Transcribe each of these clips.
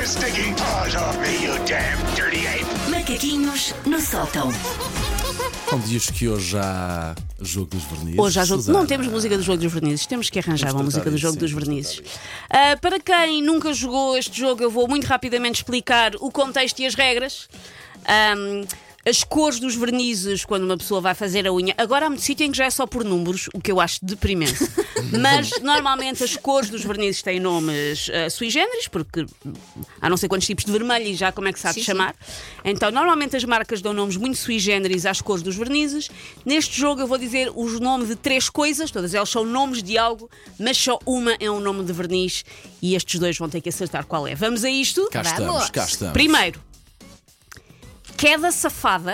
stinking paws off me, you damn dirty ape! Macaquinhos no sótão. Não diz que hoje há jogo dos vernizes? Hoje há jogo. Susana? Não temos música do jogo dos vernizes, temos que arranjar uma Vamos música tratar do jogo disso, dos sim, vernizes. vamos tratar Para quem nunca jogou este jogo, eu vou muito rapidamente explicar o contexto e as regras. As cores dos vernizes quando uma pessoa vai fazer a unha. Agora há muito sítio em que já é só por números, o que eu acho deprimente. Mas normalmente as cores dos vernizes têm nomes sui generis, porque há não sei quantos tipos de vermelho e já como é que se há de chamar. Então normalmente as marcas dão nomes muito sui generis às cores dos vernizes. Neste jogo eu vou dizer os nomes de 3 coisas, todas elas são nomes de algo, mas só uma é um nome de verniz e estes dois vão ter que acertar qual é. Vamos a isto? Cá estamos, cá estamos. Primeiro, queda safada,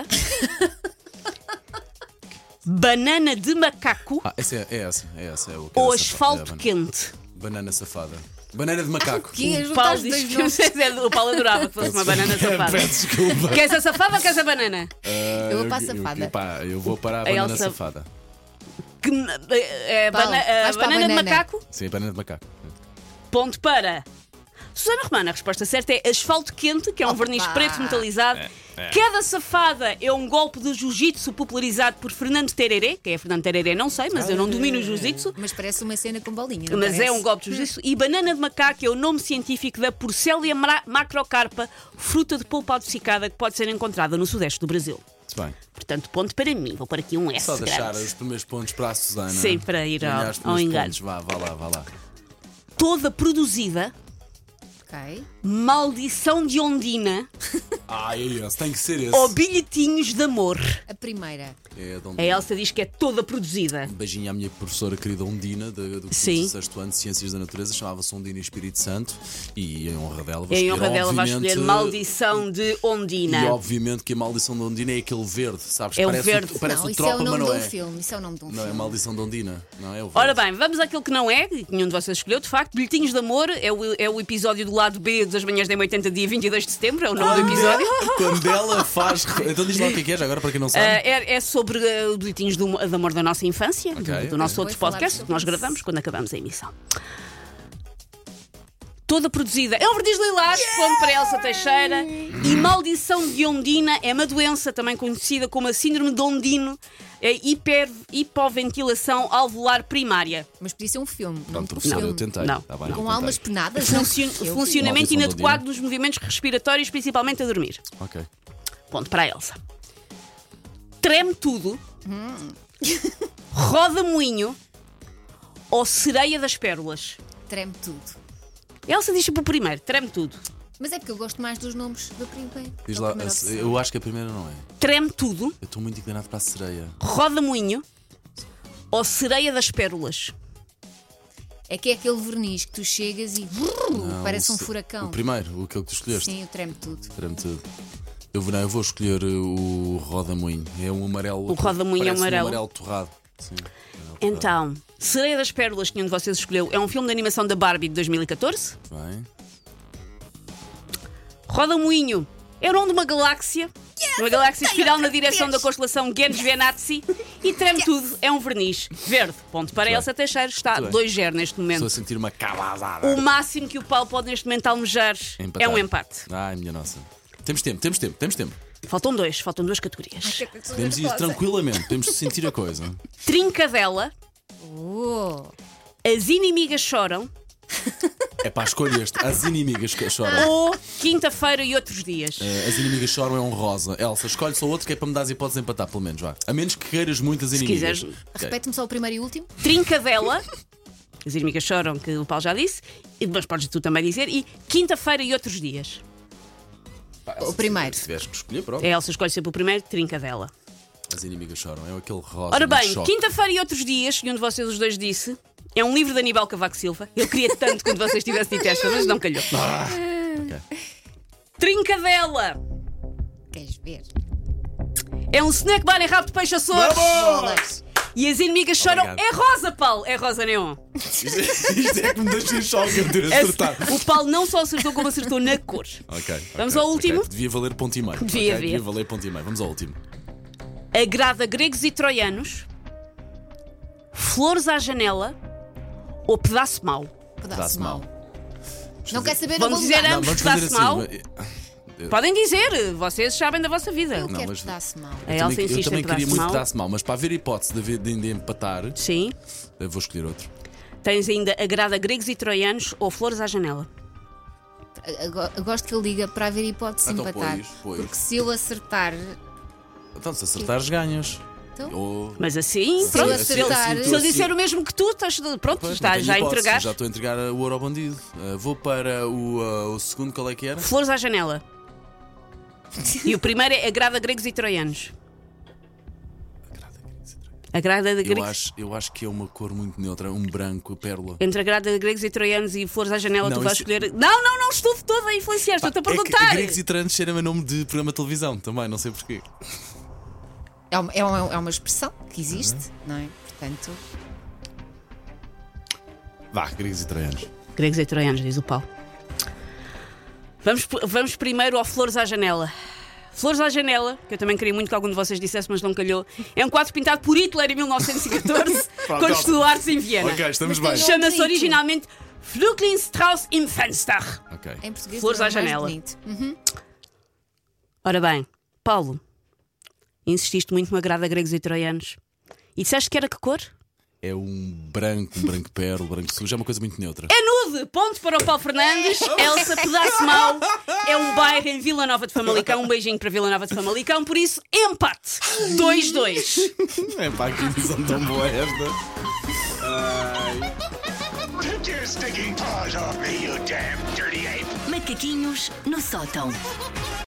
banana de macaco Essa é essa. É o ou asfalto quente. Banana safada. Banana de macaco. Que O Paulo juntaste disse dois nomes. o Paulo adorava que fosse uma banana safada. Peço desculpa. Queres a safada ou queres a banana? Eu vou para a safada. Eu vou para a banana Elsa- safada. Paulo, vais para a Banana de banana. macaco, Sim, banana de macaco. ponto para Susana Romana. A resposta certa é asfalto quente, que é um verniz preto metalizado. Queda safada é um golpe de jiu-jitsu popularizado por Fernando Tereré. Quem é Fernando Tereré não sei, mas eu não domino o jiu-jitsu. Mas parece uma cena com bolinha. Não Mas parece? é um golpe de jiu-jitsu. E banana de macaco é o nome científico da Porcélia macrocarpa, fruta de polpa adocicada que pode ser encontrada no sudeste do Brasil. Muito bem. Portanto, ponto para mim. Vou pôr aqui um S Só deixar grande. os primeiros pontos para a Susana. Sim, para ir Ganhar os ao primeiros engano. pontos. Vá lá. Toda produzida, Ok. maldição de Ondina É esse, tem que ser esse. ou bilhetinhos de amor. A primeira. É de onde... A Elsa diz que é toda produzida. Um beijinho à minha professora querida Ondina, do Sim. 6º ano de Ciências da Natureza, chamava-se Ondina Espírito Santo, e em honra dela vou Em escolher, honra dela vai obviamente, escolher maldição de Ondina. E obviamente que a maldição de Ondina é aquele verde, sabes? É o parece verde. Parece Não, o isso é Tropa, o mas nome não de um é. filme. Isso é o nome de um Não é a filme. maldição de Ondina, não é o verde. Ora bem, vamos àquilo que não é, e que nenhum de vocês escolheu, de facto. Bilhetinhos de amor é o episódio do lado B das manhãs da 80, dia 22 de setembro, é o nome do episódio. Quando ela faz. Então diz lá o que é já agora, para quem não sabe. É sobre os bilhetinhos de amor da nossa infância, Ok, do nosso ok. outro Vou falar podcast, sobre que nós isso. gravamos quando acabamos a emissão. Toda produzida. É um verniz lilás, ponto para Elsa Teixeira. E maldição de Ondina é uma doença também conhecida como a síndrome de Ondino, hipoventilação alveolar primária. Mas podia ser um filme. Não, Pronto, professor, eu tentei. Não. Tá bem, eu Com tentei. almas penadas. não? Eu- Funcionamento Maldição de inadequado Ondina. dos movimentos respiratórios, principalmente a dormir. Ok. Ponto para a Elsa. Treme tudo, roda moinho ou sereia das pérolas. Treme tudo. Elsa diz para o primeiro, treme tudo. Mas é porque eu gosto mais dos nomes do primeiro. Diz da lá, primeira opção. eu acho que a primeira não é. Treme tudo, Eu estou muito inclinado para a sereia. roda moinho ou sereia das pérolas. É que é aquele verniz que tu chegas e parece um o se- furacão. O primeiro, aquele que tu escolheste. Sim, o treme tudo. Treme tudo. Eu vou escolher o roda-moinho. É um amarelo. O roda-moinho é parece amarelo. Um amarelo torrado. Sim. Então, Sereia das Pérolas, que nenhum de vocês escolheu, é um filme de animação da Barbie de 2014. Bem. Roda moinho é o nome de uma galáxia. Uma galáxia espiral na direção da constelação Gens Venazzi. E treme tudo é um verniz verde. Ponto para Elsa Teixeira. Está Muito bem. 2-0 neste Estou momento. a sentir uma calazada. O máximo que o Paulo pode neste momento almejar é um empate. Ai, minha nossa. Temos tempo. Faltam duas categorias. Podemos ir tranquilamente, podemos sentir a coisa. Trincadela, Oh, As Inimigas Choram É para escolher este. As inimigas que choram. ou Quinta-feira e Outros Dias. As inimigas choram é um rosa. Elsa, escolhe só outro que é para me dar as hipóteses de empatar, pelo menos, vá. A menos que queiras muito as inimigas. quiseres. Ok. repete-me só o primeiro e o último. Trincadela, As Inimigas Choram, que o Paulo já disse, mas podes tu também dizer, e Quinta-feira e Outros Dias. Pá, Elsa, O primeiro. Se tiveres que escolher, pronto. A Elsa escolhe sempre o primeiro, Trincadela. As inimigas choram. É aquele rosa. Ora muito bem, choque. Quinta-feira e Outros Dias, que um de vocês os dois disse, é um livro de Aníbal Cavaco Silva. Eu queria tanto que um de vocês tivesse dito esta, mas não calhou. Ok. Trincadela Queres ver? é um snack bar em rabo de peixe a Açores. Bolas! E As Inimigas Choram Obrigado. é rosa, Paulo. É rosa neon. Isto é que me deixa em choque a ter acertado. O Paulo não só acertou, como acertou na cor. Ok. Vamos ok, ao último? ok. Devia valer ponto e meio. Devia, Ok, devia. valer ponto e meio. Vamos ao último. Agrada gregos e troianos, flores à janela ou pedaço mau. Pedaço mau. Não quer saber Vamos o dizer lugar. ambos vamos que dá-se fazer mal. assim. Podem dizer, vocês sabem da vossa vida. Eu quero mas- que dá-se mal. A Elsa Eu insiste também em queria dar-se muito mal. dar-se mal, mas para haver hipótese de empatar, Sim. eu vou escolher outro. Tens ainda agrada gregos e troianos ou flores à janela. Eu gosto que ele diga para haver hipótese de Então, empatar. pois. Porque se eu acertar. Então, se acertares, ganhas. Então? Ou... Mas assim, Se pronto, eu se ele, acertar- se ele disser o mesmo que tu, estás, pronto, Pois, está, não tenho já hipótese, entregaste. Já estou a entregar o ouro ao bandido. Vou para o segundo, qual é que era? Flores à janela. E o primeiro é agrada gregos e troianos. Agrada gregos. Eu acho que é uma cor muito neutra, um branco, pérola. Entre agrada gregos e troianos e flores à janela, Não, tu vais isso- escolher. Não, estou toda a influenciar, estou-te a É perguntar. que gregos e tranos cheira-me a nome de programa de televisão também, não sei porquê. É uma expressão que existe, não é? Portanto. Vá, gregos e tranos. Gregos e troianos, diz o Paulo. Vamos primeiro ao Flores à Janela. Flores à Janela, que eu também queria muito que algum de vocês dissesse, mas não calhou. É um quadro pintado por Hitler em 1914, quando estudou artes em Viena. Ok, estamos Mas bem. tem Chama-se bonito. originalmente Flüchtlingsstrauß im Fenster. Ok. Em português Flores não é à mais janela. bonito. Ora bem, Paulo, insististe muito no agrada gregos e troianos. E disseste que era que cor? É um branco pérola, branco sujo, é uma coisa muito neutra. É nude! Ponto para o Paulo Fernandes. Elsa, pedaço mau. É um bairro em Vila Nova de Famalicão. Um beijinho para Vila Nova de Famalicão. Por isso, empate. 2-2. É pá, que edição tão boa esta. Take your stinking paws off me, you damn dirty ape! Macaquinhos no sótão.